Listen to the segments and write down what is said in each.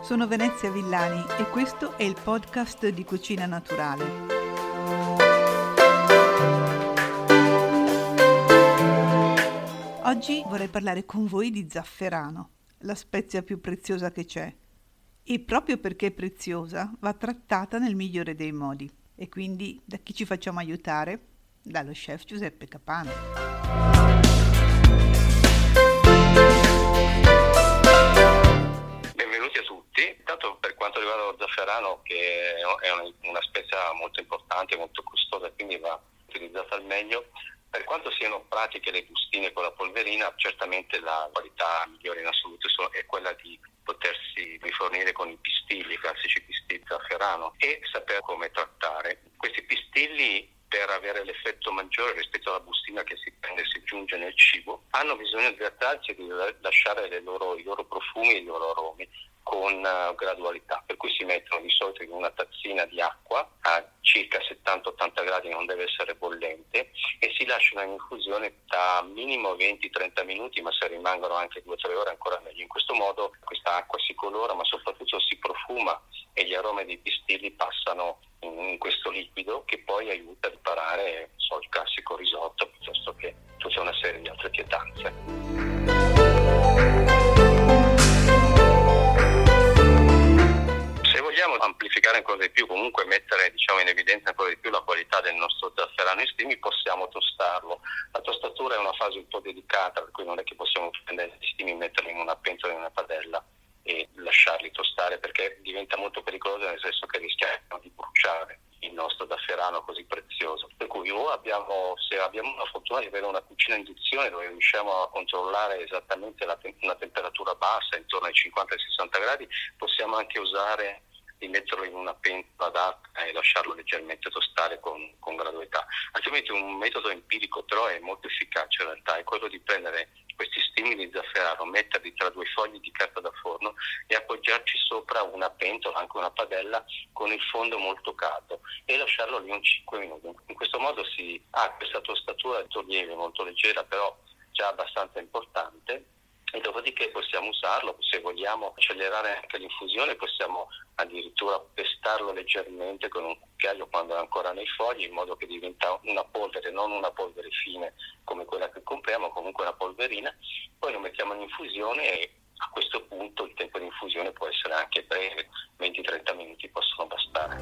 Sono Venezia Villani e questo è il podcast di Cucina Naturale. Oggi vorrei parlare con voi di zafferano, la spezia più preziosa che c'è. E proprio perché è preziosa, va trattata nel migliore dei modi. E quindi da chi ci facciamo aiutare? Dallo chef Giuseppe Capano. Per quanto riguarda lo zafferano, che è una spezia molto importante, molto costosa, quindi va utilizzata al meglio. Per quanto siano pratiche le bustine con la polverina, certamente la qualità migliore in assoluto è quella di potersi rifornire con i pistilli, i classici pistilli zafferano, e saper come trattare. Questi pistilli, per avere l'effetto maggiore rispetto alla bustina che si prende e si aggiunge nel cibo, hanno bisogno di trattarsi e di lasciare i loro profumi e i loro aromi con gradualità, per cui si mettono di solito in una tazzina di acqua a circa 70-80 gradi, non deve essere bollente, e si lasciano in infusione da minimo 20-30 minuti, ma se rimangono anche 2-3 ore ancora meglio. In questo modo questa acqua si colora, ma soprattutto si profuma e gli aromi dei pistilli passano in questo liquido, che poi aiuta a preparare il classico risotto piuttosto che tutta una serie di altre pietanze. Vogliamo amplificare ancora di più, comunque mettere in evidenza ancora di più la qualità del nostro zafferano in stimi, possiamo tostarlo. La tostatura è una fase un po' delicata, per cui non è che possiamo prendere gli stimi, metterli in una pentola, in una padella e lasciarli tostare, perché diventa molto pericoloso, nel senso che rischiamo di bruciare il nostro zafferano così prezioso. Per cui se abbiamo la fortuna di avere una cucina a induzione dove riusciamo a controllare esattamente una temperatura bassa, intorno ai 50-60 gradi, possiamo anche usare di metterlo in una pentola d'acqua e lasciarlo leggermente tostare con gradualità. Altrimenti un metodo empirico, però è molto efficace in realtà, è quello di prendere questi stimi di zafferano, metterli tra due fogli di carta da forno e appoggiarci sopra una pentola, anche una padella, con il fondo molto caldo, e lasciarlo lì un 5 minuti. In questo modo si ha questa tostatura molto lieve, molto leggera, però già abbastanza importante. E dopodiché possiamo usarlo, se vogliamo accelerare anche l'infusione, possiamo addirittura pestarlo leggermente con un cucchiaio quando è ancora nei fogli, in modo che diventa una polvere, non una polvere fine come quella che compriamo, comunque una polverina. Poi lo mettiamo in infusione e a questo punto il tempo di infusione può essere anche breve, 20-30 minuti possono bastare.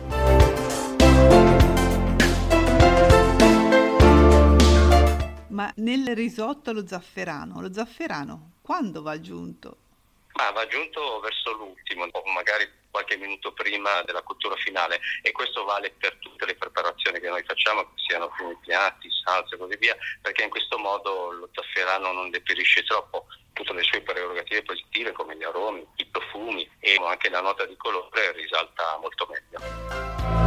Ma nel risotto allo zafferano quando va aggiunto? Va aggiunto verso l'ultimo, o magari qualche minuto prima della cottura finale, e questo vale per tutte le preparazioni che noi facciamo, che siano primi piatti, salse e così via, perché in questo modo lo zafferano non deperisce troppo tutte le sue prerogative positive, come gli aromi, i profumi, e anche la nota di colore risalta molto meglio.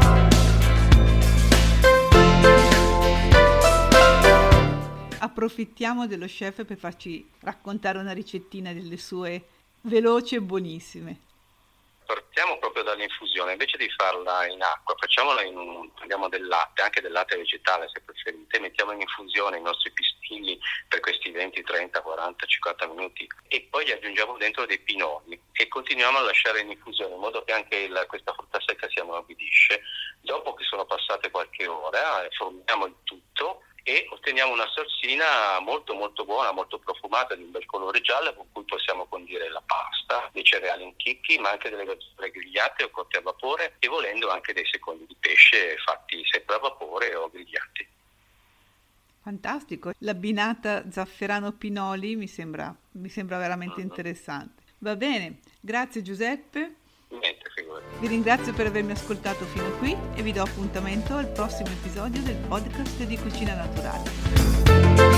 Approfittiamo dello chef per farci raccontare una ricettina delle sue veloci e buonissime. Partiamo proprio dall'infusione, invece di farla in acqua, prendiamo del latte, anche del latte vegetale se preferite, mettiamo in infusione i nostri pistilli per questi 20, 30, 40, 50 minuti e poi gli aggiungiamo dentro dei pinoli e continuiamo a lasciare in infusione in modo che anche questa frutta secca si ammorbidisce. Dopo che sono passate qualche ora, formiamo il tutto e otteniamo una salsina molto molto buona, molto profumata, di un bel colore giallo, con cui possiamo condire la pasta, dei cereali in chicchi, ma anche delle verdure grigliate o cotte a vapore, e volendo anche dei secondi di pesce fatti sempre a vapore o grigliati. Fantastico, l'abbinata zafferano-pinoli mi sembra veramente interessante. Va bene, grazie Giuseppe. Niente, figurati. Vi ringrazio per avermi ascoltato fino a qui e vi do appuntamento al prossimo episodio del podcast di Cucina Naturale.